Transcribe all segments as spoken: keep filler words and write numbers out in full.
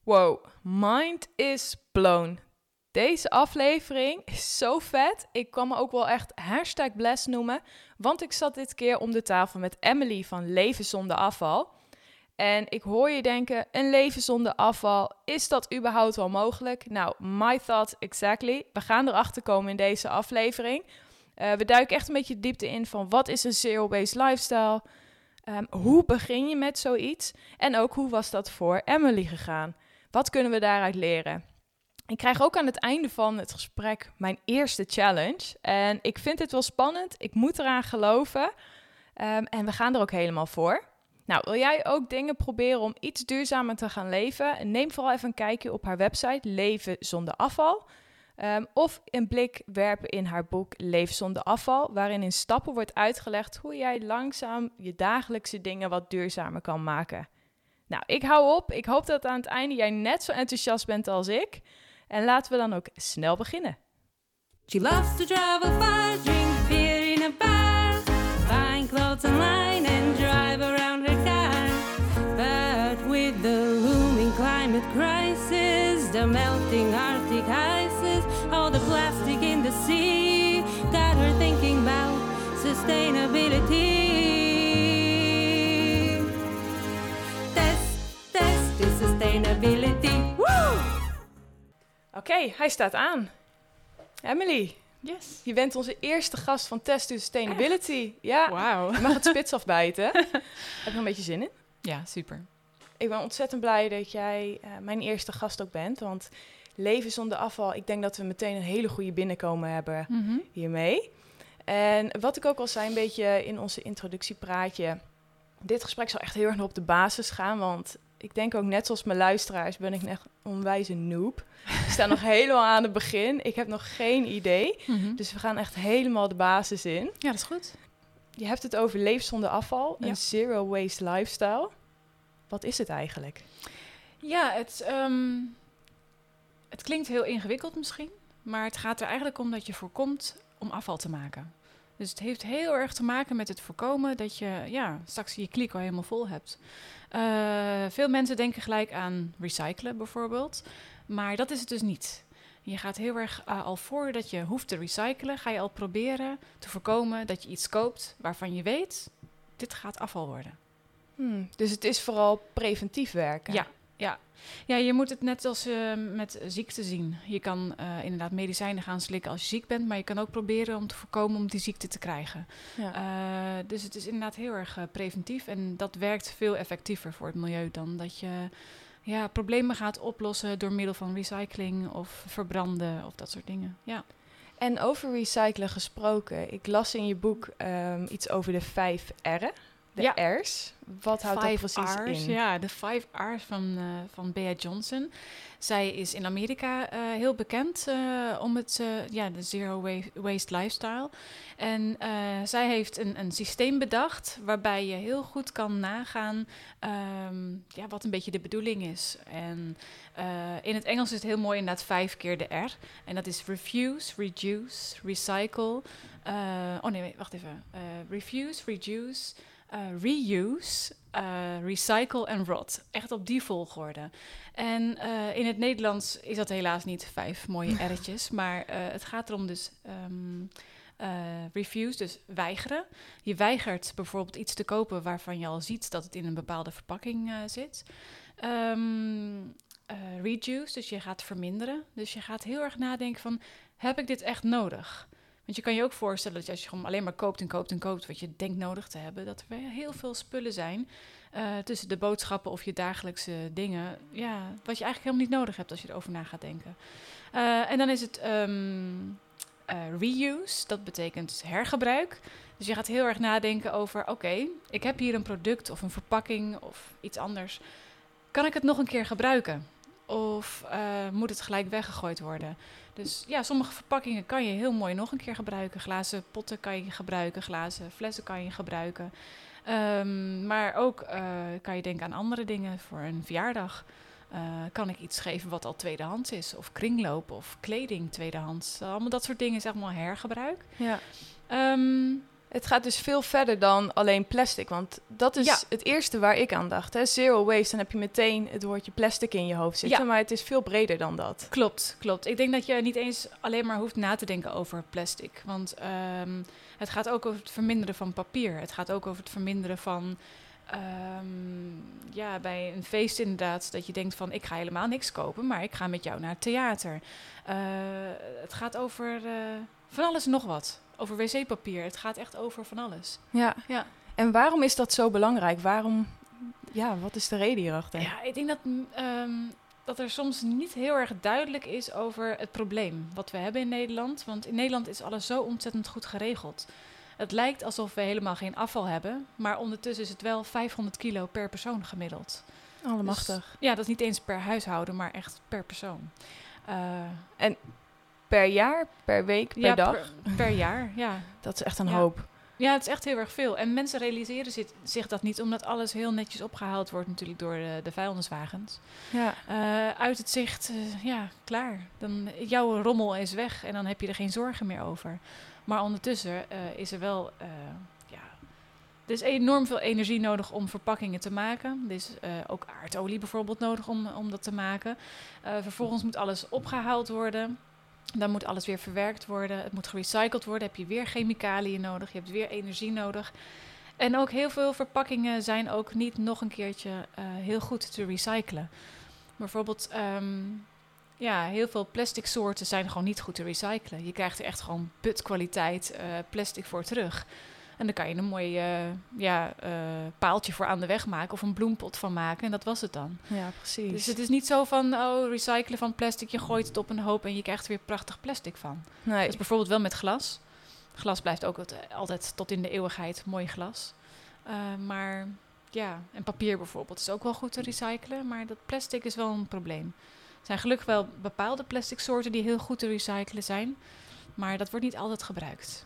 Wow, mind is blown. Deze aflevering is zo vet. Ik kan me ook wel echt hashtag bless noemen. Want ik zat dit keer om de tafel met Emily van Leven Zonder Afval. En ik hoor je denken, een leven zonder afval, is dat überhaupt wel mogelijk? Nou, my thought exactly. We gaan erachter komen in deze aflevering. Uh, we duiken echt een beetje diepte in van wat is een zero-waste lifestyle? Um, hoe begin je met zoiets? En ook hoe was dat voor Emily gegaan? Wat kunnen we daaruit leren? Ik krijg ook aan het einde van het gesprek mijn eerste challenge. En ik vind dit wel spannend. Ik moet eraan geloven. Um, en we gaan er ook helemaal voor. Nou, wil jij ook dingen proberen om iets duurzamer te gaan leven? Neem vooral even een kijkje op haar website Leven Zonder Afval. Um, of een blik werpen in haar boek Leven Zonder Afval, waarin in stappen wordt uitgelegd hoe jij langzaam je dagelijkse dingen wat duurzamer kan maken. Nou, ik hou op. Ik hoop dat aan het einde jij net zo enthousiast bent als ik. En laten we dan ook snel beginnen. She loves to travel far, drink beer in a bar, buying clothes online and drive around her car. But with the looming climate crisis, the melting Arctic ices, all the plastic in the sea, got her thinking about sustainability. Test, test is sustainability. Woo! Oké, okay, hij staat aan. Emily, yes. Je bent onze eerste gast van Test to Sustainability. Echt? Ja, wauw. Je mag het spits afbijten. Heb je er een beetje zin in? Ja, super. Ik ben ontzettend blij dat jij uh, mijn eerste gast ook bent. Want Leven Zonder Afval, ik denk dat we meteen een hele goede binnenkomen hebben mm-hmm. hiermee. En wat ik ook al zei, een beetje in onze introductiepraatje. Dit gesprek zal echt heel erg op de basis gaan, want ik denk ook net zoals mijn luisteraars ben ik echt een onwijze noob. Ik sta nog helemaal aan het begin. Ik heb nog geen idee. Mm-hmm. Dus we gaan echt helemaal de basis in. Ja, dat is goed. Je hebt het over Leven Zonder Afval, ja. een zero waste lifestyle. Wat is het eigenlijk? Ja, het, um, het klinkt heel ingewikkeld misschien. Maar het gaat er eigenlijk om dat je voorkomt om afval te maken. Dus het heeft heel erg te maken met het voorkomen dat je ja, straks je kliko helemaal vol hebt. Uh, veel mensen denken gelijk aan recyclen bijvoorbeeld. Maar dat is het dus niet. Je gaat heel erg uh, al voordat je hoeft te recyclen, ga je al proberen te voorkomen dat je iets koopt waarvan je weet, dit gaat afval worden. Hmm, dus het is vooral preventief werken? Ja. Ja. ja, je moet het net als uh, met ziekte zien. Je kan uh, inderdaad medicijnen gaan slikken als je ziek bent, maar je kan ook proberen om te voorkomen om die ziekte te krijgen. Ja. Uh, dus het is inderdaad heel erg uh, preventief en dat werkt veel effectiever voor het milieu dan dat je ja, problemen gaat oplossen door middel van recycling of verbranden of dat soort dingen. Ja. En over recyclen gesproken, ik las in je boek um, iets over de vijf R'en. De ja. R's. Wat houdt five dat precies R's, in? Ja, de five R's van, uh, van Bea Johnson. Zij is in Amerika uh, heel bekend uh, om het, uh, ja, de zero waste lifestyle. En uh, zij heeft een, een systeem bedacht waarbij je heel goed kan nagaan um, ja, wat een beetje de bedoeling is. En uh, in het Engels is het heel mooi inderdaad vijf keer de R. En dat is refuse, reduce, recycle. Uh, oh nee, wacht even. Uh, refuse, reduce... Uh, reuse, uh, recycle en rot. Echt op die volgorde. En uh, in het Nederlands is dat helaas niet vijf mooie R'tjes. Maar uh, het gaat erom dus um, uh, refuse, dus weigeren. Je weigert bijvoorbeeld iets te kopen waarvan je al ziet dat het in een bepaalde verpakking uh, zit. Um, uh, reduce, dus je gaat verminderen. Dus je gaat heel erg nadenken van, heb ik dit echt nodig? Want je kan je ook voorstellen dat als je gewoon alleen maar koopt en koopt en koopt wat je denkt nodig te hebben, dat er heel veel spullen zijn uh, tussen de boodschappen of je dagelijkse dingen, ja, wat je eigenlijk helemaal niet nodig hebt als je erover na gaat denken. Uh, en dan is het um, uh, reuse, dat betekent hergebruik. Dus je gaat heel erg nadenken over, oké, okay, ik heb hier een product of een verpakking of iets anders. Kan ik het nog een keer gebruiken? Of uh, moet het gelijk weggegooid worden? Dus ja, sommige verpakkingen kan je heel mooi nog een keer gebruiken. Glazen potten kan je gebruiken, glazen flessen kan je gebruiken. Um, maar ook uh, kan je denken aan andere dingen voor een verjaardag. Uh, kan ik iets geven wat al tweedehands is? Of kringloop of kleding tweedehands? Allemaal dat soort dingen is allemaal hergebruik. Ja. Um, Het gaat dus veel verder dan alleen plastic. Want dat is Ja. het eerste waar ik aan dacht. Hè? Zero waste, dan heb je meteen het woordje plastic in je hoofd zitten. Ja. Maar het is veel breder dan dat. Klopt, klopt. Ik denk dat je niet eens alleen maar hoeft na te denken over plastic. Want ehm, het gaat ook over het verminderen van papier. Het gaat ook over het verminderen van... ehm, ja, bij een feest inderdaad, dat je denkt van... ik ga helemaal niks kopen, maar ik ga met jou naar het theater. Uh, het gaat over uh, van alles en nog wat. Over wc-papier. Het gaat echt over van alles. Ja. Ja. En waarom is dat zo belangrijk? Waarom... Ja, wat is de reden hierachter? Ja, ik denk dat, um, dat er soms niet heel erg duidelijk is over het probleem wat we hebben in Nederland. Want in Nederland is alles zo ontzettend goed geregeld. Het lijkt alsof we helemaal geen afval hebben, maar ondertussen is het wel vijfhonderd kilo per persoon gemiddeld. Allemachtig. Dus, ja, dat is niet eens per huishouden, maar echt per persoon. Uh, en per jaar, per week, per ja, dag? Per, per jaar, ja. Dat is echt een ja. hoop. Ja, het is echt heel erg veel. En mensen realiseren zich, zich dat niet, omdat alles heel netjes opgehaald wordt natuurlijk door de, de vuilniswagens. Ja. Uh, uit het zicht, uh, ja, klaar. Dan, jouw rommel is weg en dan heb je er geen zorgen meer over. Maar ondertussen uh, is er wel... Uh, ja, er is enorm veel energie nodig om verpakkingen te maken. Er is uh, ook aardolie bijvoorbeeld nodig om, om dat te maken. Uh, vervolgens moet alles opgehaald worden. Dan moet alles weer verwerkt worden. Het moet gerecycled worden. Heb je weer chemicaliën nodig. Je hebt weer energie nodig. En ook heel veel verpakkingen zijn ook niet nog een keertje uh, heel goed te recyclen. Bijvoorbeeld, um, ja, heel veel plastic soorten zijn gewoon niet goed te recyclen. Je krijgt er echt gewoon putkwaliteit uh, plastic voor terug. En dan kan je een mooi uh, ja, uh, paaltje voor aan de weg maken of een bloempot van maken. En dat was het dan. Ja, precies. Dus het is niet zo van, oh, recyclen van plastic. Je gooit het op een hoop en je krijgt er weer prachtig plastic van. Nee. Dat is bijvoorbeeld wel met glas. Glas blijft ook altijd tot in de eeuwigheid mooi glas. Uh, maar ja, en papier bijvoorbeeld is ook wel goed te recyclen. Maar dat plastic is wel een probleem. Er zijn gelukkig wel bepaalde plastic soorten die heel goed te recyclen zijn. Maar dat wordt niet altijd gebruikt.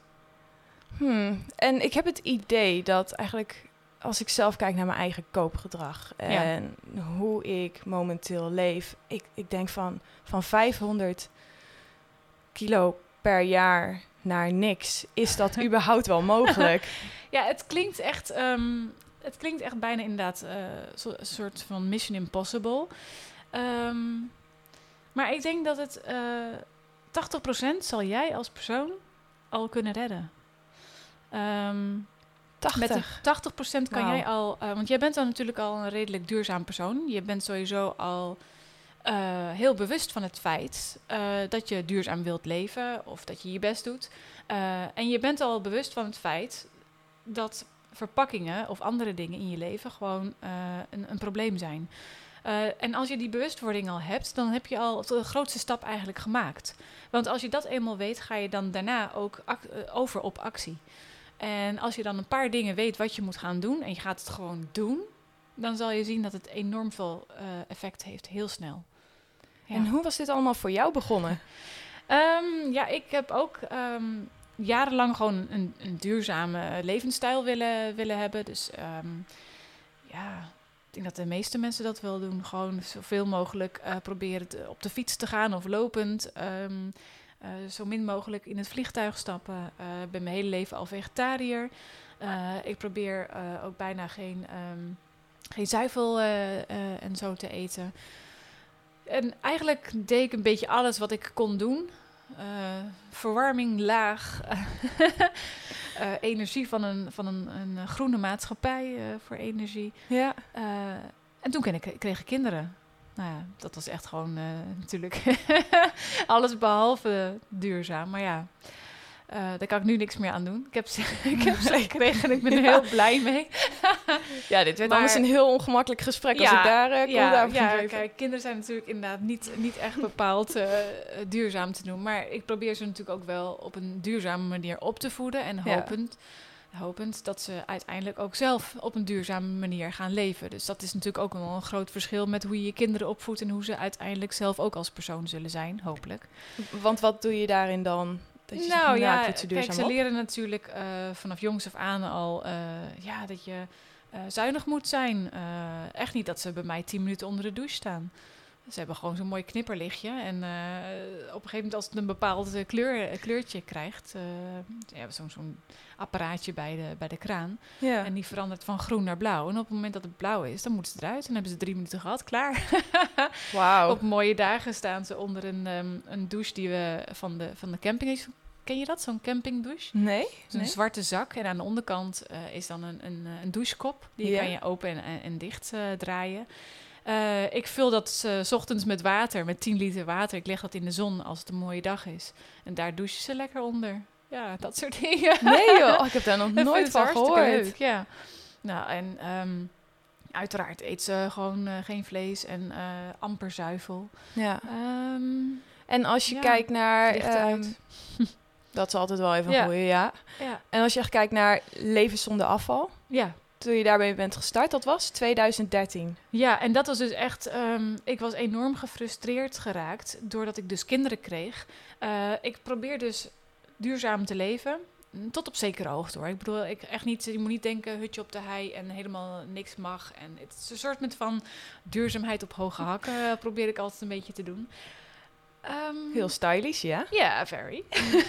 Hmm. En ik heb het idee dat eigenlijk, als ik zelf kijk naar mijn eigen koopgedrag en ja. hoe ik momenteel leef, ik, ik denk van, van vijfhonderd kilo per jaar naar niks. Is dat überhaupt wel mogelijk? Ja, het klinkt echt, um, het klinkt echt bijna inderdaad uh, zo, een soort van Mission Impossible. Um, maar ik denk dat het uh, tachtig procent zal jij als persoon al kunnen redden. Um, tachtig Met de tachtig procent kan wow. jij al... Uh, want jij bent dan natuurlijk al een redelijk duurzaam persoon. Je bent sowieso al uh, heel bewust van het feit uh, dat je duurzaam wilt leven of dat je je best doet. Uh, en je bent al bewust van het feit dat verpakkingen of andere dingen in je leven gewoon uh, een, een probleem zijn. Uh, en als je die bewustwording al hebt, dan heb je al de grootste stap eigenlijk gemaakt. Want als je dat eenmaal weet, ga je dan daarna ook ac- uh, over op actie. En als je dan een paar dingen weet wat je moet gaan doen en je gaat het gewoon doen, dan zal je zien dat het enorm veel uh, effect heeft, heel snel. Ja. En hoe was dit allemaal voor jou begonnen? um, ja, ik heb ook um, jarenlang gewoon een, een duurzame levensstijl willen, willen hebben. Dus um, ja, ik denk dat de meeste mensen dat wel doen. Gewoon zoveel mogelijk uh, proberen te, op de fiets te gaan of lopend. Um, Uh, zo min mogelijk in het vliegtuig stappen. Ik uh, ben mijn hele leven al vegetariër. Uh, ik probeer uh, ook bijna geen, um, geen zuivel uh, uh, en zo te eten. En eigenlijk deed ik een beetje alles wat ik kon doen. Uh, verwarming laag. uh, energie van een, van een, een groene maatschappij uh, voor energie. Ja. Uh, en toen kreeg ik, kreeg ik kinderen. Nou ja, dat was echt gewoon uh, natuurlijk alles behalve duurzaam. Maar ja, uh, daar kan ik nu niks meer aan doen. Ik heb ze, ik heb ze gekregen en ik ben er ja. heel blij mee. Ja, dit werd maar, anders een heel ongemakkelijk gesprek als ja, ik daar uh, ja, ja, kijk, kinderen zijn natuurlijk inderdaad niet, niet echt bepaald uh, duurzaam te doen. Maar ik probeer ze natuurlijk ook wel op een duurzame manier op te voeden. En hopend... Ja. Hopend dat ze uiteindelijk ook zelf op een duurzame manier gaan leven. Dus dat is natuurlijk ook wel een groot verschil met hoe je je kinderen opvoedt en hoe ze uiteindelijk zelf ook als persoon zullen zijn, hopelijk. Want wat doe je daarin dan? Dat je nou zegt, ja, kijk, ze kijk, ze leren natuurlijk uh, vanaf jongs af aan al uh, ja, dat je uh, zuinig moet zijn. Uh, echt niet dat ze bij mij tien minuten onder de douche staan. Ze hebben gewoon zo'n mooi knipperlichtje. En uh, op een gegeven moment als het een bepaald uh, kleur, uh, kleurtje krijgt... Uh, ze hebben zo'n, zo'n apparaatje bij de, bij de kraan. Ja. En die verandert van groen naar blauw. En op het moment dat het blauw is, dan moeten ze eruit. En dan hebben ze drie minuten gehad, klaar. Wauw. Op mooie dagen staan ze onder een, um, een douche die we van de, van de camping... Is. Ken je dat, zo'n campingdouche? Nee. Zo'n nee. zwarte zak. En aan de onderkant uh, is dan een, een, een douchekop. Die Ja. kan je open en, en, en dicht uh, draaien. Uh, ik vul dat uh, 's ochtends met water, met tien liter water. Ik leg dat in de zon als het een mooie dag is. En daar douchen ze lekker onder. Ja, dat soort dingen. Nee joh, oh, ik heb daar nog Ik nooit vind het van hartstikke gehoord. leuk, ja. Nou, en um, uiteraard eet ze gewoon uh, geen vlees en uh, amper zuivel. Ja. Um, En als je ja, kijkt naar... licht Um, eruit. dat is altijd wel even een Ja. goeie, ja. ja. En als je echt kijkt naar leven zonder afval... Ja. Toen je daarmee bent gestart, dat was twintig dertien. Ja, en dat was dus echt... Um, ik was enorm gefrustreerd geraakt doordat ik dus kinderen kreeg. Uh, ik probeer dus duurzaam te leven. Tot op zekere hoogte hoor. Ik bedoel, ik echt niet, je moet niet denken hutje op de hei en helemaal niks mag. En het is een soort met van duurzaamheid op hoge hakken uh, probeer ik altijd een beetje te doen. Um, Heel stylish, ja. Ja, yeah, very.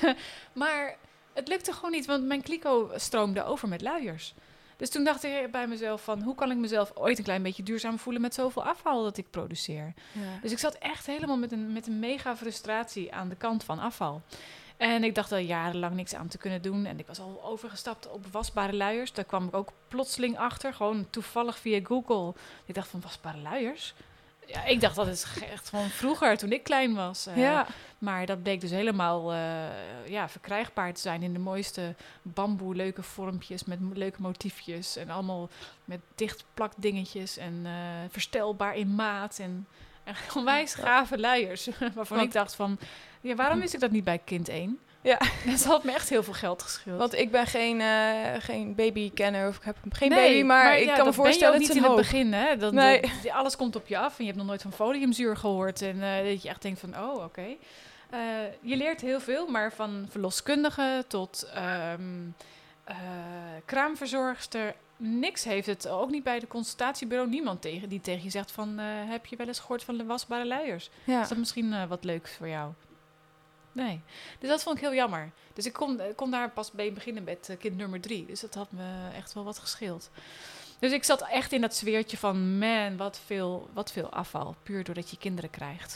Maar het lukte gewoon niet, want mijn kliko stroomde over met luiers. Dus toen dacht ik bij mezelf van, hoe kan ik mezelf ooit een klein beetje duurzaam voelen met zoveel afval dat ik produceer? Ja. Dus ik zat echt helemaal met een, met een mega frustratie aan de kant van afval. En ik dacht al jarenlang niks aan te kunnen doen. En ik was al overgestapt op wasbare luiers. Daar kwam ik ook plotseling achter, gewoon toevallig via Google. Ik dacht van, wasbare luiers? Ja, ik dacht dat is echt gewoon vroeger, toen ik klein was. Uh, Ja. Maar dat bleek dus helemaal uh, ja, verkrijgbaar te zijn in de mooiste bamboe, leuke vormpjes met mo- leuke motiefjes. En allemaal met dichtplak dingetjes en uh, verstelbaar in maat. En, en onwijs gave luiers. Waarvan Want, ik dacht van, ja, waarom wist ik dat niet bij kind één? Ja. Dat had me echt heel veel geld gescheeld. Want ik ben geen, uh, geen babykenner of ik heb geen Nee, baby, maar, maar ik ja, kan me dat voorstellen ben je dat ook het niet een in hoop. het begin, hè? Dat, Nee. dat, alles komt op je af en je hebt nog nooit van foliumzuur gehoord. En uh, dat je echt denkt van, oh, oké. Okay. Uh, je leert heel veel, maar van verloskundige tot um, uh, kraamverzorgster, niks heeft het. Ook niet bij de consultatiebureau. Niemand tegen, die tegen je zegt van, uh, heb je wel eens gehoord van de wasbare luiers? Ja. Is dat misschien uh, wat leuks voor jou? Nee. Dus dat vond ik heel jammer. Dus ik kon, kon daar pas bij beginnen met uh, kind nummer drie. Dus dat had me echt wel wat gescheeld. Dus ik zat echt in dat sfeertje van, man, wat veel, wat veel afval. Puur doordat je kinderen krijgt.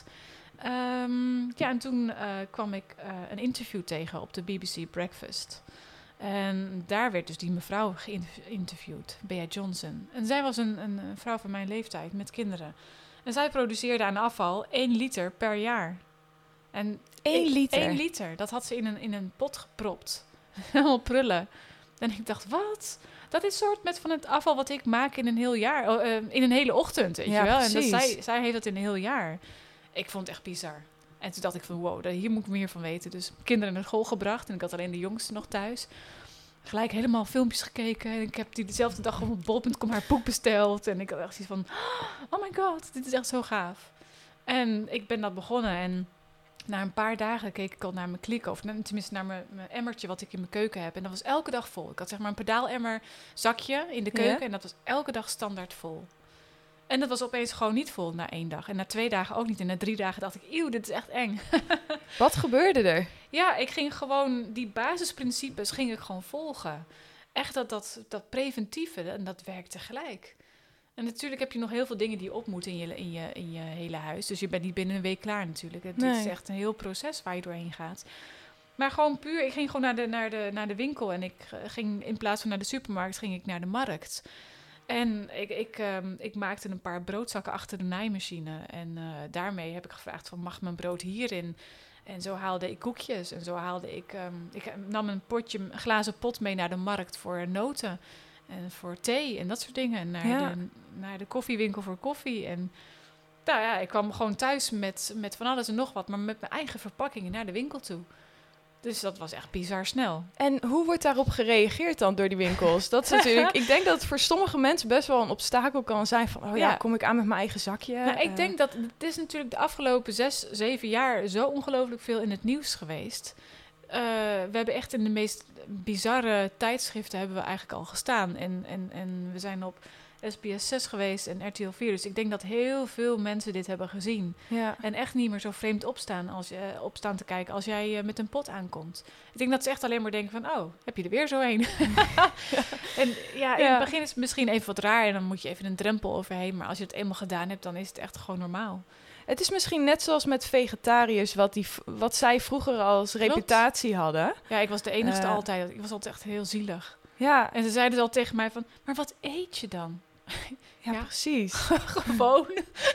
Um, ja, en toen uh, kwam ik uh, een interview tegen op de B B C Breakfast. En daar werd dus die mevrouw geïnterviewd, Bea Johnson. En zij was een, een, een vrouw van mijn leeftijd met kinderen. En zij produceerde aan afval één liter per jaar. En Eén liter? Één liter. Dat had ze in een, in een pot gepropt. Helemaal prullen. En ik dacht, wat? Dat is soort met van het afval wat ik maak in een heel jaar. Oh, uh, in een hele ochtend, weet ja, je wel. Precies. En dat, zij, zij heeft dat in een heel jaar. Ik vond het echt bizar. En toen dacht ik van, wow, hier moet ik meer van weten. Dus kinderen naar school gebracht. En ik had alleen de jongste nog thuis. Gelijk helemaal filmpjes gekeken. En ik heb die dezelfde dag op bol punt com haar boek besteld. En ik had echt zoiets van, oh my god, dit is echt zo gaaf. En ik ben dat begonnen en na een paar dagen keek ik al naar mijn kliko, of tenminste naar mijn, mijn emmertje wat ik in mijn keuken heb. En dat was elke dag vol. Ik had zeg maar een pedaalemmer zakje in de keuken, ja, en dat was elke dag standaard vol. En dat was opeens gewoon niet vol na één dag. En na twee dagen ook niet. En na drie dagen dacht ik, eeuw, dit is echt eng. Wat gebeurde er? Ja, ik ging gewoon, die basisprincipes ging ik gewoon volgen. Echt dat, dat, dat preventieve, en dat werkt tegelijk. En natuurlijk heb je nog heel veel dingen die op moeten in je, in je, in je hele huis. Dus je bent niet binnen een week klaar natuurlijk. Het nee. is echt een heel proces waar je doorheen gaat. Maar gewoon puur, ik ging gewoon naar de, naar de, naar de winkel. En ik ging in plaats van naar de supermarkt, ging ik naar de markt. En ik, ik, um, ik maakte een paar broodzakken achter de naaimachine. En uh, daarmee heb ik gevraagd van, mag mijn brood hierin? En zo haalde ik koekjes. En zo haalde ik, um, ik nam een potje, een glazen pot mee naar de markt voor noten. En voor thee en dat soort dingen. En naar, ja. de, naar de koffiewinkel voor koffie. En nou ja, ik kwam gewoon thuis met, met van alles en nog wat. Maar met mijn eigen verpakkingen naar de winkel toe. Dus dat was echt bizar snel. En hoe wordt daarop gereageerd dan door die winkels? Dat is natuurlijk, ik denk dat het voor sommige mensen best wel een obstakel kan zijn. Van, oh ja, ja. kom ik aan met mijn eigen zakje? Nou, ik uh. denk dat, het is natuurlijk de afgelopen zes, zeven jaar zo ongelooflijk veel in het nieuws geweest. Uh, we hebben echt in de meest bizarre tijdschriften hebben we eigenlijk al gestaan. En, en, en we zijn op S B S zes geweest en R T L vier. Dus ik denk dat heel veel mensen dit hebben gezien. Ja. En echt niet meer zo vreemd opstaan, als je, uh, opstaan te kijken als jij uh, met een pot aankomt. Ik denk dat ze echt alleen maar denken van, oh, heb je er weer zo een? ja. En ja, in Ja. het begin is het misschien even wat raar en dan moet je even een drempel overheen. Maar als je het eenmaal gedaan hebt, dan is het echt gewoon normaal. Het is misschien net zoals met vegetariërs, wat, die, v- wat zij vroeger als reputatie hadden. Ja, ik was de enigste Uh. altijd. Ik was altijd echt heel zielig. Ja, En ze zeiden al tegen mij van, maar wat eet je dan? ja, Ja. precies. Gewoon.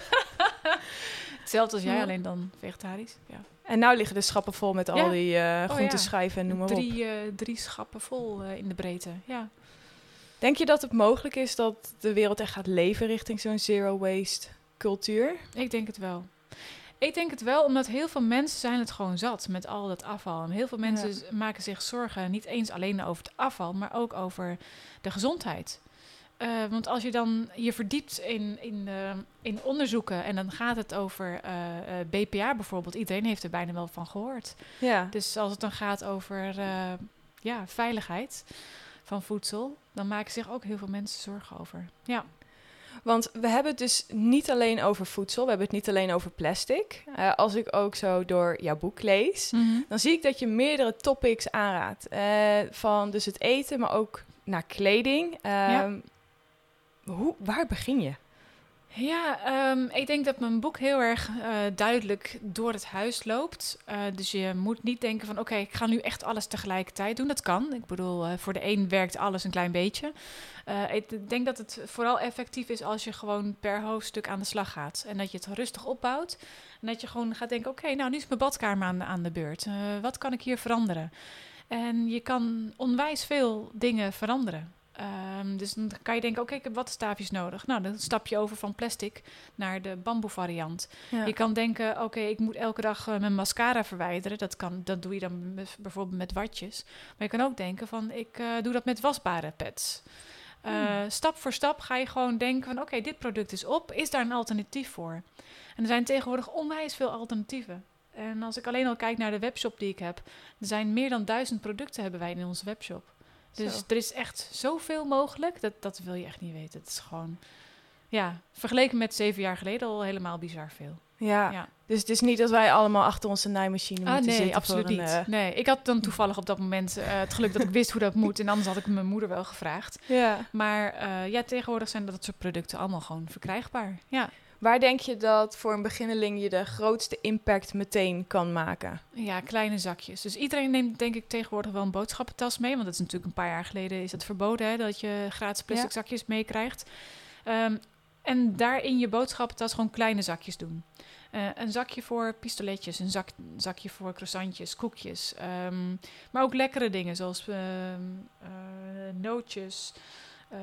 Hetzelfde als jij, Ja. alleen dan vegetarisch. Ja. En nou liggen de schappen vol met al Ja. die uh, Oh, groenteschijven en noem maar op. Drie, uh, drie schappen vol uh, in de breedte, ja. Denk je dat het mogelijk is dat de wereld echt gaat leven richting zo'n zero waste cultuur? Ik denk het wel. Ik denk het wel, omdat heel veel mensen zijn het gewoon zat met al dat afval. En heel veel mensen Ja. z- maken zich zorgen niet eens alleen over het afval, maar ook over de gezondheid. Uh, want als je dan je verdiept in, in, uh, in onderzoeken en dan gaat het over uh, uh, B P A bijvoorbeeld. Iedereen heeft er bijna wel van gehoord. Ja. Dus als het dan gaat over uh, ja, veiligheid van voedsel, dan maken zich ook heel veel mensen zorgen over. Ja. Want we hebben het dus niet alleen over voedsel, we hebben het niet alleen over plastic. Uh, als ik ook zo door jouw boek lees, Mm-hmm. dan zie ik dat je meerdere topics aanraadt. Uh, van dus het eten, maar ook naar kleding. Um, Ja. hoe, waar begin je? Ja, um, ik denk dat mijn boek heel erg uh, duidelijk door het huis loopt. Uh, dus je moet niet denken van, oké, okay, ik ga nu echt alles tegelijkertijd doen. Dat kan. Ik bedoel, uh, voor de een werkt alles een klein beetje. Uh, ik denk dat het vooral effectief is als je gewoon per hoofdstuk aan de slag gaat. En dat je het rustig opbouwt. En dat je gewoon gaat denken, oké, okay, nou, nu is mijn badkamer aan de, aan de beurt. Uh, wat kan ik hier veranderen? En je kan onwijs veel dingen veranderen. Um, dus dan kan je denken, oké, okay, ik heb wattenstaafjes nodig. Nou, dan stap je over van plastic naar de bamboe variant. Ja. Je kan denken, oké, okay, ik moet elke dag uh, mijn mascara verwijderen. Dat, kan, dat doe je dan met, bijvoorbeeld met watjes. Maar je kan ook denken van, ik uh, doe dat met wasbare pads. Uh, hmm. Stap voor stap ga je gewoon denken van, oké, okay, dit product is op. Is daar een alternatief voor? En er zijn tegenwoordig onwijs veel alternatieven. En als ik alleen al kijk naar de webshop die ik heb, er zijn meer dan duizend producten hebben wij in onze webshop. Dus Zo. Er is echt zoveel mogelijk, dat, dat wil je echt niet weten. Het is gewoon, ja, vergeleken met zeven jaar geleden al helemaal bizar veel. Ja, ja. Dus het is niet dat wij allemaal achter onze naaimachine ah, moeten nee, zitten. Absoluut voor een, niet. uh... Nee, ik had dan toevallig op dat moment uh, het geluk dat ik wist hoe dat moet. En anders had ik mijn moeder wel gevraagd. Ja. Maar uh, ja, tegenwoordig zijn dat soort producten allemaal gewoon verkrijgbaar. Ja. Waar denk je dat voor een beginneling je de grootste impact meteen kan maken? Ja, kleine zakjes. Dus iedereen neemt denk ik tegenwoordig wel een boodschappentas mee. Want dat is natuurlijk een paar jaar geleden is het verboden, hè, dat je gratis plastic ja. zakjes meekrijgt. Um, en daar in je boodschappentas gewoon kleine zakjes doen. Uh, een zakje voor pistoletjes, een zak, zakje voor croissantjes, koekjes. Um, maar ook lekkere dingen zoals uh, uh, nootjes, uh,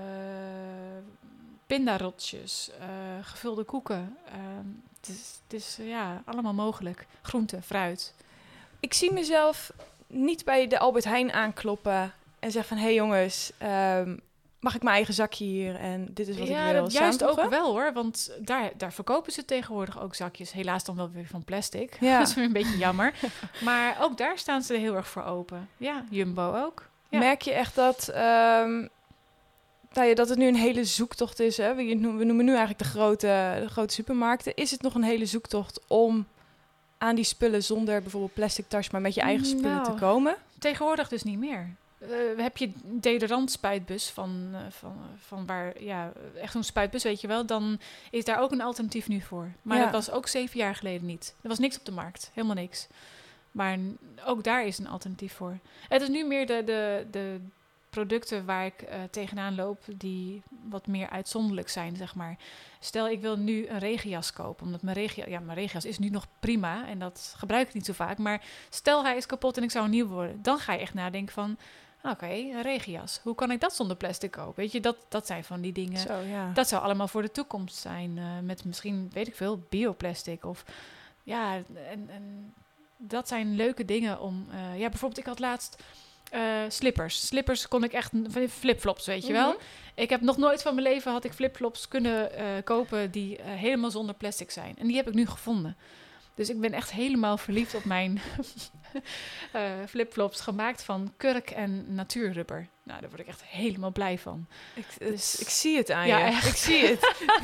pindarotjes, uh, gevulde koeken. Uh, het is, het is uh, ja, allemaal mogelijk. Groente, fruit. Ik zie mezelf niet bij de Albert Heijn aankloppen en zeggen van, hé hey jongens, um, mag ik mijn eigen zakje hier en dit is wat ja, ik wil. Dat juist ook wel hoor, want daar, daar verkopen ze tegenwoordig ook zakjes. Helaas dan wel weer van plastic. Ja. Dat is weer een beetje jammer. Maar ook daar staan ze er heel erg voor open. Ja, Jumbo ook. Ja. Merk je echt dat, um, nou ja, dat het nu een hele zoektocht is? Hè? We, noemen, we noemen nu eigenlijk de grote, de grote supermarkten. Is het nog een hele zoektocht om aan die spullen zonder bijvoorbeeld plastic tas, maar met je eigen spullen nou, te komen? Tegenwoordig dus niet meer. Uh, heb je deodorant spuitbus van, uh, van, van waar, ja, echt zo'n spuitbus, weet je wel, dan is daar ook een alternatief nu voor. Maar ja. dat was ook zeven jaar geleden niet. Er was niks op de markt, helemaal niks. Maar ook daar is een alternatief voor. Het is nu meer de, de, de producten waar ik uh, tegenaan loop die wat meer uitzonderlijk zijn, zeg maar. Stel, ik wil nu een regenjas kopen, omdat mijn regenjas, ja, mijn regenjas is nu nog prima en dat gebruik ik niet zo vaak. Maar stel, hij is kapot en ik zou een nieuw worden, dan ga je echt nadenken van, oké, okay, een regenjas. Hoe kan ik dat zonder plastic kopen? Weet je, dat, dat zijn van die dingen. Zo, ja. Dat zou allemaal voor de toekomst zijn. Uh, met misschien, weet ik veel, bioplastic. Of ja, en, en dat zijn leuke dingen om. Uh, ja, bijvoorbeeld, ik had laatst uh, slippers. Slippers kon ik echt van flipflops, weet je wel. Mm-hmm. Ik heb nog nooit van mijn leven had ik flipflops kunnen uh, kopen die uh, helemaal zonder plastic zijn. En die heb ik nu gevonden. Dus ik ben echt helemaal verliefd op mijn uh, flipflops gemaakt van kurk en natuurrubber. Nou, daar word ik echt helemaal blij van. Ik, dus, ik zie het aan ja, je. Echt. Ik zie het.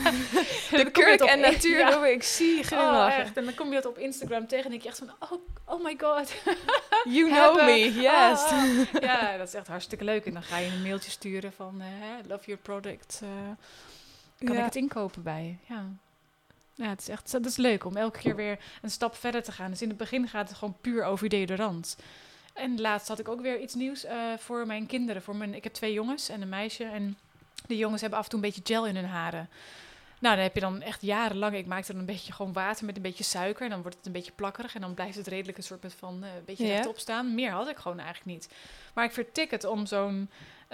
De kurk en natuurrubber, ja. Ik zie je glimlachen. Oh, echt. En dan kom je dat op Instagram tegen en denk je echt van, oh, oh my god. You know me, yes. Oh, oh. Ja, dat is echt hartstikke leuk. En dan ga je een mailtje sturen van, uh, love your product. Uh, kan ja. ik het inkopen bij je? Ja. Ja, het is echt dat is leuk om elke keer weer een stap verder te gaan. Dus in het begin gaat het gewoon puur over deodorant. En laatst had ik ook weer iets nieuws uh, voor mijn kinderen. Voor mijn, ik heb twee jongens en een meisje. En de jongens hebben af en toe een beetje gel in hun haren. Nou, dan heb je dan echt jarenlang... Ik maakte dan een beetje gewoon water met een beetje suiker. En dan wordt het een beetje plakkerig. En dan blijft het redelijk een soort van uh, een beetje ja. rechtop staan. Meer had ik gewoon eigenlijk niet. Maar ik vertik het om zo'n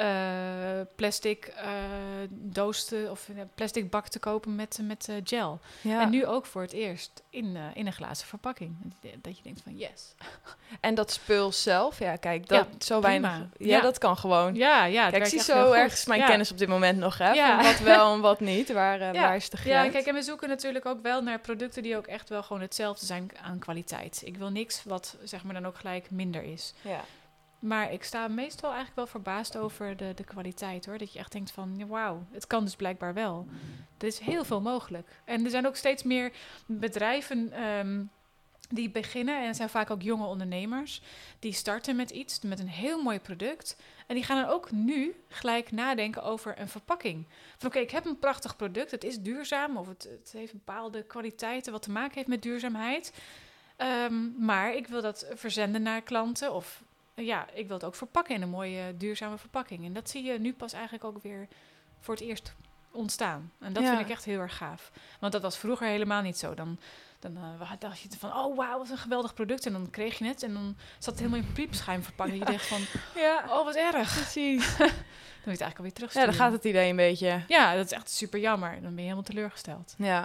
uh, plastic uh, doos te, of uh, plastic bak te kopen met, met uh, gel. Ja. En nu ook voor het eerst in, uh, in een glazen verpakking. Dat je denkt van yes. En dat spul zelf, ja kijk, dat ja, zo weinig. Ja, ja, dat kan gewoon. Ja, ja. Kijk, ik zie zo ergens mijn ja. kennis op dit moment nog, hè? Ja. Van wat wel en wat niet. Waar, uh, ja. waar is de grens? Ja, kijk, en we zoeken natuurlijk ook wel naar producten die ook echt wel gewoon hetzelfde zijn aan kwaliteit. Ik wil niks wat zeg maar dan ook gelijk minder is. Ja. Maar ik sta meestal eigenlijk wel verbaasd over de, de kwaliteit, hoor. Dat je echt denkt van, wauw, het kan dus blijkbaar wel. Er is heel veel mogelijk. En er zijn ook steeds meer bedrijven um, die beginnen, en het zijn vaak ook jonge ondernemers, die starten met iets, met een heel mooi product. En die gaan dan ook nu gelijk nadenken over een verpakking. Van oké, okay, ik heb een prachtig product, het is duurzaam, of het, het heeft bepaalde kwaliteiten wat te maken heeft met duurzaamheid. Um, maar ik wil dat verzenden naar klanten, of ja, ik wil het ook verpakken in een mooie duurzame verpakking. En dat zie je nu pas eigenlijk ook weer voor het eerst ontstaan. En dat ja. vind ik echt heel erg gaaf. Want dat was vroeger helemaal niet zo. Dan, dan uh, dacht je van, oh wauw, wat een geweldig product. En dan kreeg je het en dan zat het helemaal in piepschuim verpakt. En je dacht van, ja. oh wat erg. Precies. Dan moet je het eigenlijk alweer terugsturen. Ja, dan gaat het idee een beetje. Ja, dat is echt super jammer. Dan ben je helemaal teleurgesteld. Ja.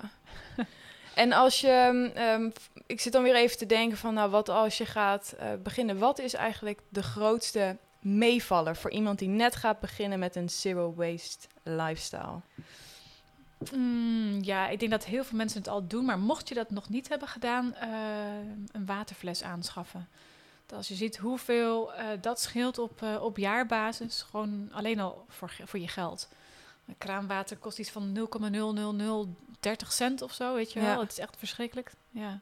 En als je, um, ik zit dan weer even te denken van, nou, wat als je gaat uh, beginnen? Wat is eigenlijk de grootste meevaller voor iemand die net gaat beginnen met een zero waste lifestyle? Mm, ja, ik denk dat heel veel mensen het al doen, maar mocht je dat nog niet hebben gedaan, uh, een waterfles aanschaffen. Dat als je ziet hoeveel uh, dat scheelt op, uh, op jaarbasis, gewoon alleen al voor, voor je geld. Kraanwater kost iets van nul komma nul nul nul dertig cent of zo, weet je wel. Ja. Het is echt verschrikkelijk. Ja,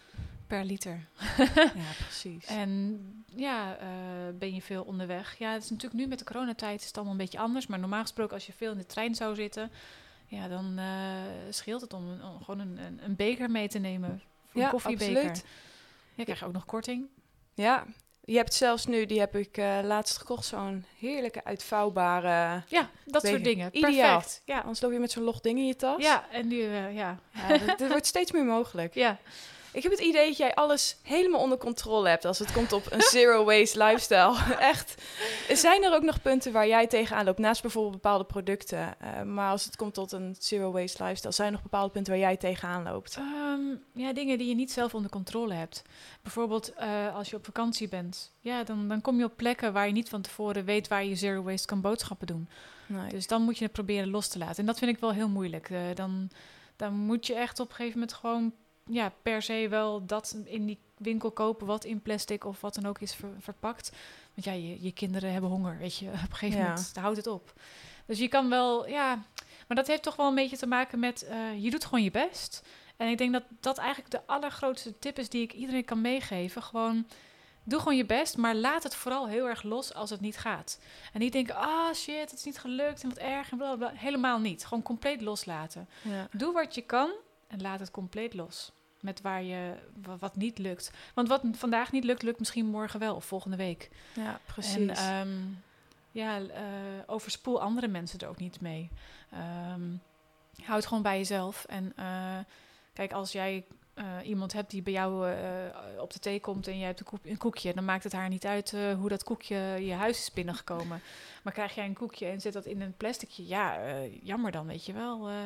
per liter. Ja, precies. En ja, uh, ben je veel onderweg. Ja, het is natuurlijk nu met de coronatijd is het allemaal een beetje anders. Maar normaal gesproken, als je veel in de trein zou zitten, ja, dan uh, scheelt het om, om gewoon een, een, een beker mee te nemen. Voor ja, een koffiebeker. Absoluut. Ja, krijg je ook nog korting. Ja. Je hebt zelfs nu, die heb ik uh, laatst gekocht, zo'n heerlijke uitvouwbare... Ja, dat soort dingen. Ideaal. Perfect. Ja, anders loop je met zo'n log ding in je tas. Ja, en nu, uh, ja. ja er wordt steeds meer mogelijk. Ja. Ik heb het idee dat jij alles helemaal onder controle hebt als het komt op een zero waste lifestyle. Echt. Zijn er ook nog punten waar jij tegenaan loopt, naast bijvoorbeeld bepaalde producten? Uh, maar als het komt tot een zero waste lifestyle, zijn er nog bepaalde punten waar jij tegenaan loopt? Um, ja, dingen die je niet zelf onder controle hebt. Bijvoorbeeld uh, als je op vakantie bent. Ja, dan, dan kom je op plekken waar je niet van tevoren weet waar je zero waste kan boodschappen doen. Nee. Dus dan moet je het proberen los te laten. En dat vind ik wel heel moeilijk. Uh, dan, dan moet je echt op een gegeven moment gewoon ja, per se wel dat in die winkel kopen wat in plastic of wat dan ook is ver, verpakt. Want ja, je, je kinderen hebben honger, weet je. Op een gegeven ja. moment houdt het op. Dus je kan wel, ja... Maar dat heeft toch wel een beetje te maken met... Uh, je doet gewoon je best. En ik denk dat dat eigenlijk de allergrootste tip is die ik iedereen kan meegeven. Gewoon, doe gewoon je best, maar laat het vooral heel erg los als het niet gaat. En niet denken, ah oh shit, het is niet gelukt en wat erg en blablabla. Helemaal niet. Gewoon compleet loslaten. Ja. Doe wat je kan en laat het compleet los. Met waar je, wat niet lukt. Want wat vandaag niet lukt, lukt misschien morgen wel of volgende week. Ja, precies. En um, ja, uh, overspoel andere mensen er ook niet mee. Um, houd gewoon bij jezelf. En uh, kijk, als jij uh, iemand hebt die bij jou uh, op de thee komt en jij hebt een, koek, een koekje, dan maakt het haar niet uit uh, hoe dat koekje je huis is binnengekomen. Maar krijg jij een koekje en zet dat in een plasticje, ja, uh, jammer dan, weet je wel. Uh,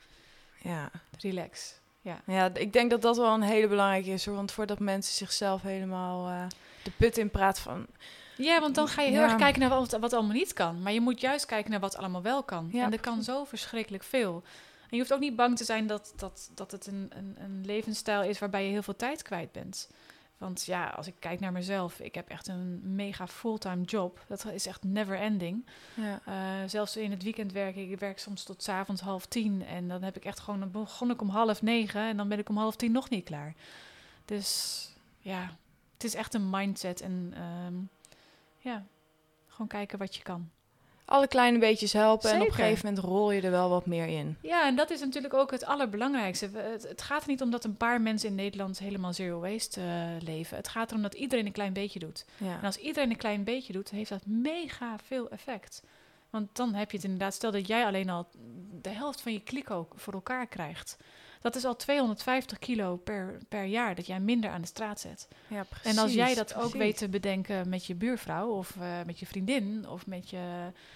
ja, relax. Ja. ja, ik denk dat dat wel een hele belangrijke is, hoor. Want voordat mensen zichzelf helemaal uh, de put in praten van... Ja, want dan ga je heel ja. erg kijken naar wat, wat allemaal niet kan. Maar je moet juist kijken naar wat allemaal wel kan. Ja, en er kan zo verschrikkelijk veel. En je hoeft ook niet bang te zijn dat, dat, dat het een, een, een levensstijl is waarbij je heel veel tijd kwijt bent. Want ja, als ik kijk naar mezelf, ik heb echt een mega fulltime job. Dat is echt never ending. Ja. Uh, zelfs in het weekend werk ik. Ik werk soms tot 's avonds half tien. En dan heb ik echt gewoon, dan begon ik om half negen en dan ben ik om half tien nog niet klaar. Dus ja, het is echt een mindset. En um, ja, gewoon kijken wat je kan. Alle kleine beetjes helpen en op een Zeker. gegeven moment rol je er wel wat meer in. Ja, en dat is natuurlijk ook het allerbelangrijkste. We- Het, het gaat er niet om dat een paar mensen in Nederland helemaal zero waste uh, leven. Het gaat erom dat iedereen een klein beetje doet. Ja. En als iedereen een klein beetje doet, heeft dat mega veel effect. Want dan heb je het inderdaad, stel dat jij alleen al de helft van je kliko voor elkaar krijgt. Dat is al tweehonderdvijftig kilo per, per jaar dat jij minder aan de straat zet. Ja, precies. En als jij dat precies. ook weet te bedenken met je buurvrouw of uh, met je vriendin of met je,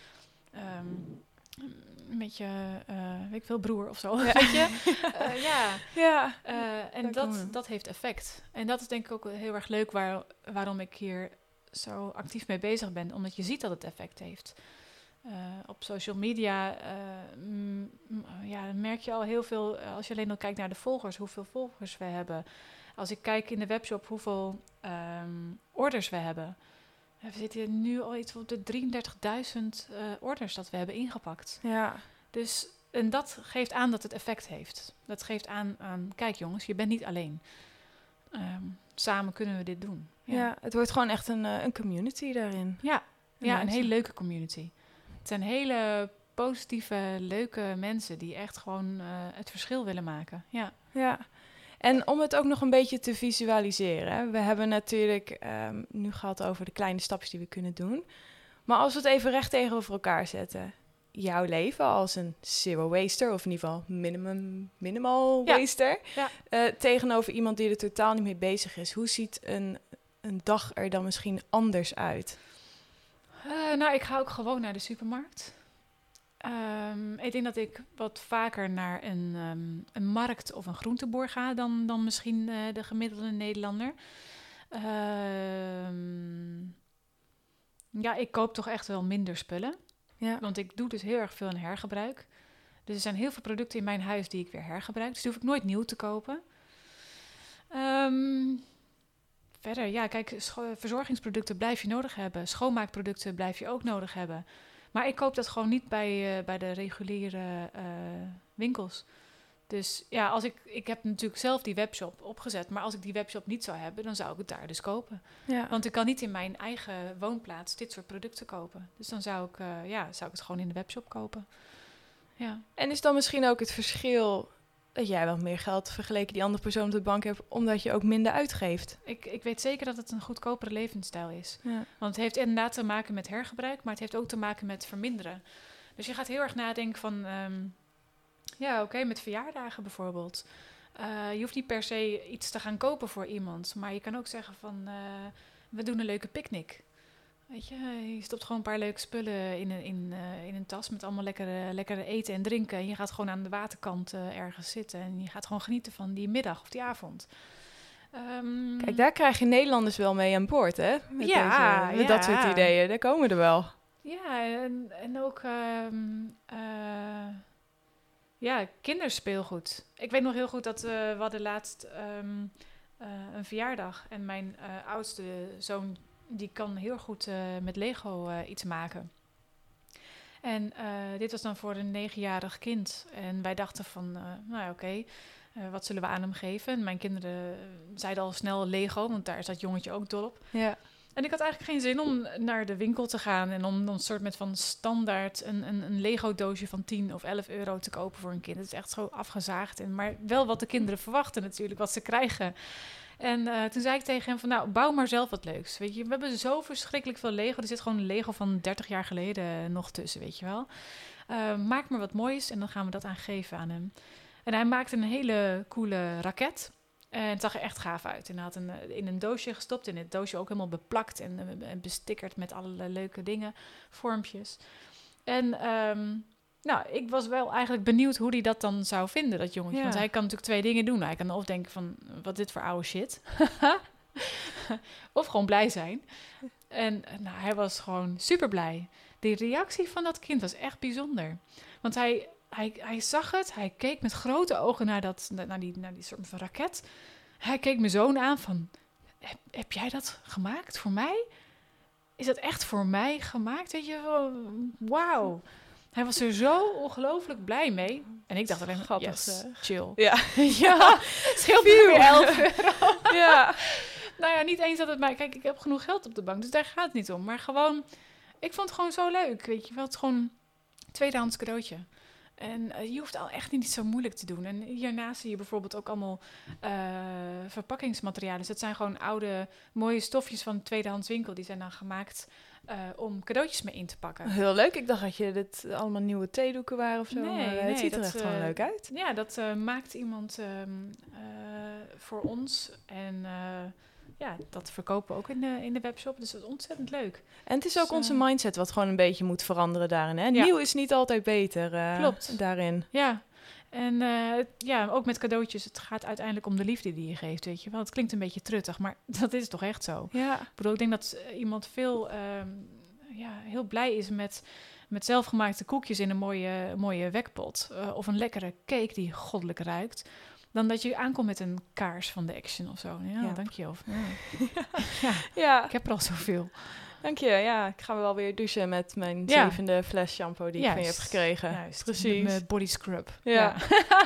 um, met je uh, weet ik veel, broer of zo. Ja. Weet je? Uh, ja. Ja. Uh, en Daar komen we. dat, dat heeft effect. En dat is denk ik ook heel erg leuk waar, waarom ik hier zo actief mee bezig ben. Omdat je ziet dat het effect heeft. Uh, op social media uh, m- m- ja, merk je al heel veel, uh, als je alleen al kijkt naar de volgers, hoeveel volgers we hebben. Als ik kijk in de webshop hoeveel um, orders we hebben. We zitten nu al iets op de drieëndertigduizend uh, orders dat we hebben ingepakt. Ja. Dus, en dat geeft aan dat het effect heeft. Dat geeft aan, aan kijk jongens, je bent niet alleen. Um, samen kunnen we dit doen. Ja. ja, het wordt gewoon echt een, uh, een community daarin. Ja, ja, een mensen. hele leuke community. Het zijn hele positieve, leuke mensen die echt gewoon uh, het verschil willen maken. Ja. Ja, en om het ook nog een beetje te visualiseren. Hè. We hebben natuurlijk um, nu gehad over de kleine stapjes die we kunnen doen. Maar als we het even recht tegenover elkaar zetten. Jouw leven als een zero waster, of in ieder geval minimum, minimal Ja. waster. Ja. Uh, tegenover iemand die er totaal niet mee bezig is. Hoe ziet een, een dag er dan misschien anders uit? Uh, nou, ik ga ook gewoon naar de supermarkt. Um, ik denk dat ik wat vaker naar een, um, een markt of een groenteboer ga dan, dan misschien uh, de gemiddelde Nederlander. Um, ja, ik koop toch echt wel minder spullen. Ja. Want ik doe dus heel erg veel in hergebruik. Dus er zijn heel veel producten in mijn huis die ik weer hergebruik. Dus die hoef ik nooit nieuw te kopen. Um, verder, ja, kijk, scho- verzorgingsproducten blijf je nodig hebben. Schoonmaakproducten blijf je ook nodig hebben. Maar ik koop dat gewoon niet bij, uh, bij de reguliere uh, winkels. Dus ja, als ik, ik heb natuurlijk zelf die webshop opgezet. Maar als ik die webshop niet zou hebben, dan zou ik het daar dus kopen. Ja. Want ik kan niet in mijn eigen woonplaats dit soort producten kopen. Dus dan zou ik, uh, ja, zou ik het gewoon in de webshop kopen. Ja. En is dan misschien ook het verschil dat jij wat meer geld vergeleken die andere persoon op de bank hebt, omdat je ook minder uitgeeft? Ik, ik weet zeker dat het een goedkopere levensstijl is. Ja. Want het heeft inderdaad te maken met hergebruik, maar het heeft ook te maken met verminderen. Dus je gaat heel erg nadenken van, um, ja oké, okay, met verjaardagen bijvoorbeeld. Uh, je hoeft niet per se iets te gaan kopen voor iemand, maar je kan ook zeggen van, uh, we doen een leuke picknick. Weet je, je stopt gewoon een paar leuke spullen in een, in, uh, in een tas met allemaal lekkere, lekkere eten en drinken. En je gaat gewoon aan de waterkant uh, ergens zitten en je gaat gewoon genieten van die middag of die avond. Um, Kijk, daar krijg je Nederlanders wel mee aan boord, hè? Met, Ja, deze, met ja. dat soort ideeën. Daar komen we er wel. Ja, en, en ook um, uh, ja, kinderspeelgoed. Ik weet nog heel goed dat uh, we hadden laatst um, uh, een verjaardag. En mijn uh, oudste zoon, die kan heel goed uh, met Lego uh, iets maken. En uh, dit was dan voor een negenjarig kind. En wij dachten van, uh, nou ja, oké, okay, uh, wat zullen we aan hem geven? En mijn kinderen zeiden al snel Lego, want daar is dat jongetje ook dol op. Ja. En ik had eigenlijk geen zin om naar de winkel te gaan en om dan een soort met van standaard een, een, een Lego-doosje van tien of elf euro te kopen voor een kind. Het is echt zo afgezaagd. En, maar wel wat de kinderen verwachten natuurlijk, wat ze krijgen. En uh, toen zei ik tegen hem van, nou, bouw maar zelf wat leuks. Weet je, we hebben zo verschrikkelijk veel Lego. Er zit gewoon een Lego van dertig jaar geleden nog tussen, weet je wel. Uh, maak maar wat moois en dan gaan we dat aan geven aan hem. En hij maakte een hele coole raket. En het zag er echt gaaf uit. En hij had een, in een doosje gestopt. En het doosje ook helemaal beplakt en, en bestickerd met allerlei leuke dingen, vormpjes. En um, nou, ik was wel eigenlijk benieuwd hoe hij dat dan zou vinden, dat jongetje. Ja. Want hij kan natuurlijk twee dingen doen. Hij kan of denken van, wat is dit voor oude shit? Of gewoon blij zijn. En nou, hij was gewoon super blij. De reactie van dat kind was echt bijzonder. Want hij... hij, hij zag het, hij keek met grote ogen naar, dat, naar, die, naar die soort van raket. Hij keek mijn zoon aan van, heb, heb jij dat gemaakt voor mij? Is dat echt voor mij gemaakt? Weet je wel, wauw. Hij was er zo ongelooflijk blij mee. En ik dacht alleen, Grappig, yes, zeg. chill. Ja. Ja, scheelt me weer elf euro. Ja. Nou ja, niet eens dat het mij... Kijk, ik heb genoeg geld op de bank, dus daar gaat het niet om. Maar gewoon, ik vond het gewoon zo leuk, weet je wel. Het is gewoon een tweedehands cadeautje. En uh, je hoeft al echt niet zo moeilijk te doen. En hiernaast zie je bijvoorbeeld ook allemaal uh, verpakkingsmaterialen. Dus dat zijn gewoon oude, mooie stofjes van een tweedehands winkel. Die zijn dan gemaakt uh, om cadeautjes mee in te pakken. Heel leuk. Ik dacht dat je dit allemaal nieuwe theedoeken waren of zo. Nee, maar, uh, nee, het ziet er dat, echt uh, gewoon leuk uit. Ja, dat uh, maakt iemand um, uh, voor ons. En uh, ja, dat verkopen we ook in de, in de webshop. Dus dat is ontzettend leuk. En het is ook Dus, onze uh, mindset wat gewoon een beetje moet veranderen daarin. Hè? Ja. Nieuw is niet altijd beter uh, Klopt. daarin. Ja, en uh, ja, ook met cadeautjes. Het gaat uiteindelijk om de liefde die je geeft, weet je wel. Het klinkt een beetje truttig, maar dat is toch echt zo. Ja. Ik bedoel, ik denk dat uh, iemand veel, um, ja, heel blij is met, met zelfgemaakte koekjes in een mooie, mooie wekpot. Uh, of een lekkere cake die goddelijk ruikt. Dan dat je aankomt met een kaars van de Action of zo. Ja, Ja. dank je. Of, ja. Ja, Ja, ik heb er al zoveel. dank je. Ja, ik ga wel weer douchen met mijn Ja. zevende fles shampoo die ik van je heb Juist. gekregen. Juist, Precies. Met body scrub. Ja.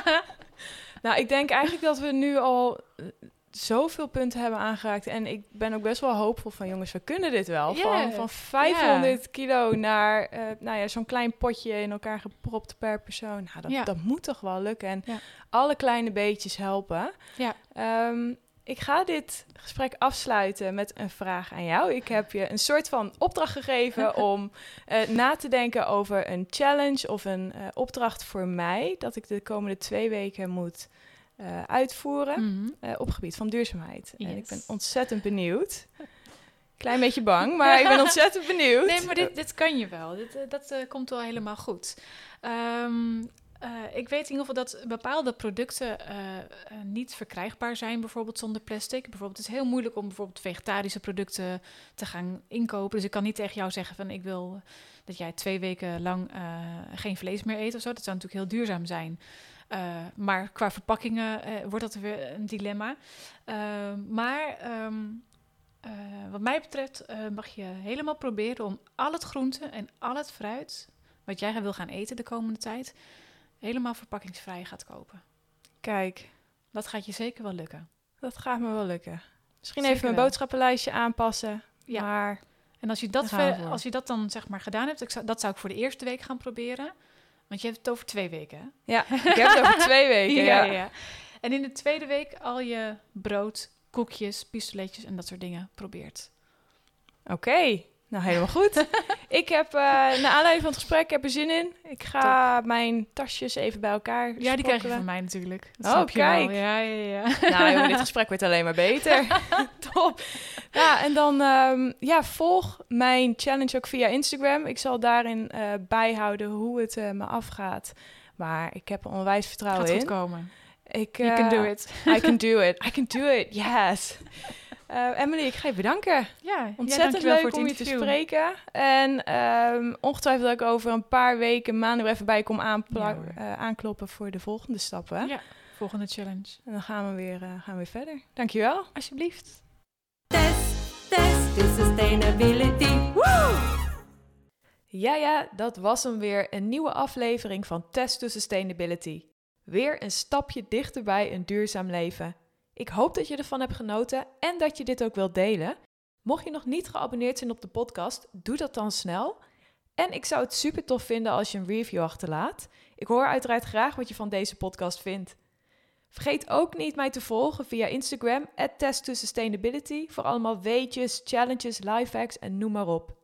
Nou, ik denk eigenlijk dat we nu al uh, zoveel punten hebben aangeraakt. En ik ben ook best wel hoopvol van, jongens, we kunnen dit wel. Ja. Van, van vijfhonderd kilo naar uh, nou ja, zo'n klein potje in elkaar gepropt per persoon. Nou, dat, Ja. dat moet toch wel lukken. En Ja. alle kleine beetjes helpen. Ja. Um, ik ga dit gesprek afsluiten met een vraag aan jou. Ik heb je een soort van opdracht gegeven om uh, na te denken over een challenge of een uh, opdracht voor mij, dat ik de komende twee weken moet uh, uitvoeren Mhm. uh, op gebied van duurzaamheid. Yes. En ik ben ontzettend benieuwd. Klein beetje bang, maar ik ben ontzettend benieuwd. Nee, maar dit, dit kan je wel. Dit, uh, dat uh, komt wel helemaal goed. Um, uh, ik weet in ieder geval dat bepaalde producten uh, uh, niet verkrijgbaar zijn, bijvoorbeeld zonder plastic. Bijvoorbeeld, het is heel moeilijk om bijvoorbeeld vegetarische producten te gaan inkopen. Dus ik kan niet tegen jou zeggen van, ik wil dat jij twee weken lang uh, geen vlees meer eet of zo. Dat zou natuurlijk heel duurzaam zijn. Uh, maar qua verpakkingen uh, wordt dat weer een dilemma. Uh, maar um, uh, wat mij betreft uh, mag je helemaal proberen om al het groente en al het fruit wat jij wil gaan eten de komende tijd helemaal verpakkingsvrij gaat kopen. Kijk, Dat gaat je zeker wel lukken. dat gaat me wel lukken. Misschien Zeker even mijn wel. boodschappenlijstje aanpassen. Ja. Maar En als je dat, Daar gaan we ver- voor. als je dat dan zeg maar gedaan hebt, ik zou, dat zou ik voor de eerste week gaan proberen. Want je hebt het over twee weken, hè? ja, ik heb het over twee weken. Ja, ja, ja. En in de tweede week al je brood, koekjes, pistoletjes en dat soort dingen probeert. Oké, nou helemaal goed. Ik heb, uh, naar aanleiding van het gesprek, ik heb er zin in. Ik ga mijn tasjes even bij elkaar Ja, die krijg je sprokkelen. van mij natuurlijk. Dat Oh, snap je wel. kijk. Ja, ja, ja. Nou jongen, dit gesprek wordt alleen maar beter. Top. Ja, en dan um, ja, volg mijn challenge ook via Instagram. Ik zal daarin uh, bijhouden hoe het uh, me afgaat. Maar ik heb er onwijs vertrouwen Gaat in. goed komen. Ik, You uh, can do it. I can do it. I can do it. Yes. Uh, Emily, ik ga je bedanken. Ja, Ontzettend ja, leuk om je te spreken. En um, ongetwijfeld dat ik over een paar weken, maanden er even bij kom aanpla- Ja, hoor. uh, aankloppen voor de volgende stappen. Ja, volgende challenge. En dan gaan we weer, uh, gaan we weer verder. Dankjewel. Alsjeblieft. Test, test to sustainability. Woo! Ja, ja, dat was hem weer. Een nieuwe aflevering van Test to Sustainability. Weer een stapje dichter bij een duurzaam leven. Ik hoop dat je ervan hebt genoten en dat je dit ook wilt delen. Mocht je nog niet geabonneerd zijn op de podcast, doe dat dan snel. En ik zou het super tof vinden als je een review achterlaat. Ik hoor uiteraard graag wat je van deze podcast vindt. Vergeet ook niet mij te volgen via Instagram at test to sustainability voor allemaal weetjes, challenges, lifehacks en noem maar op.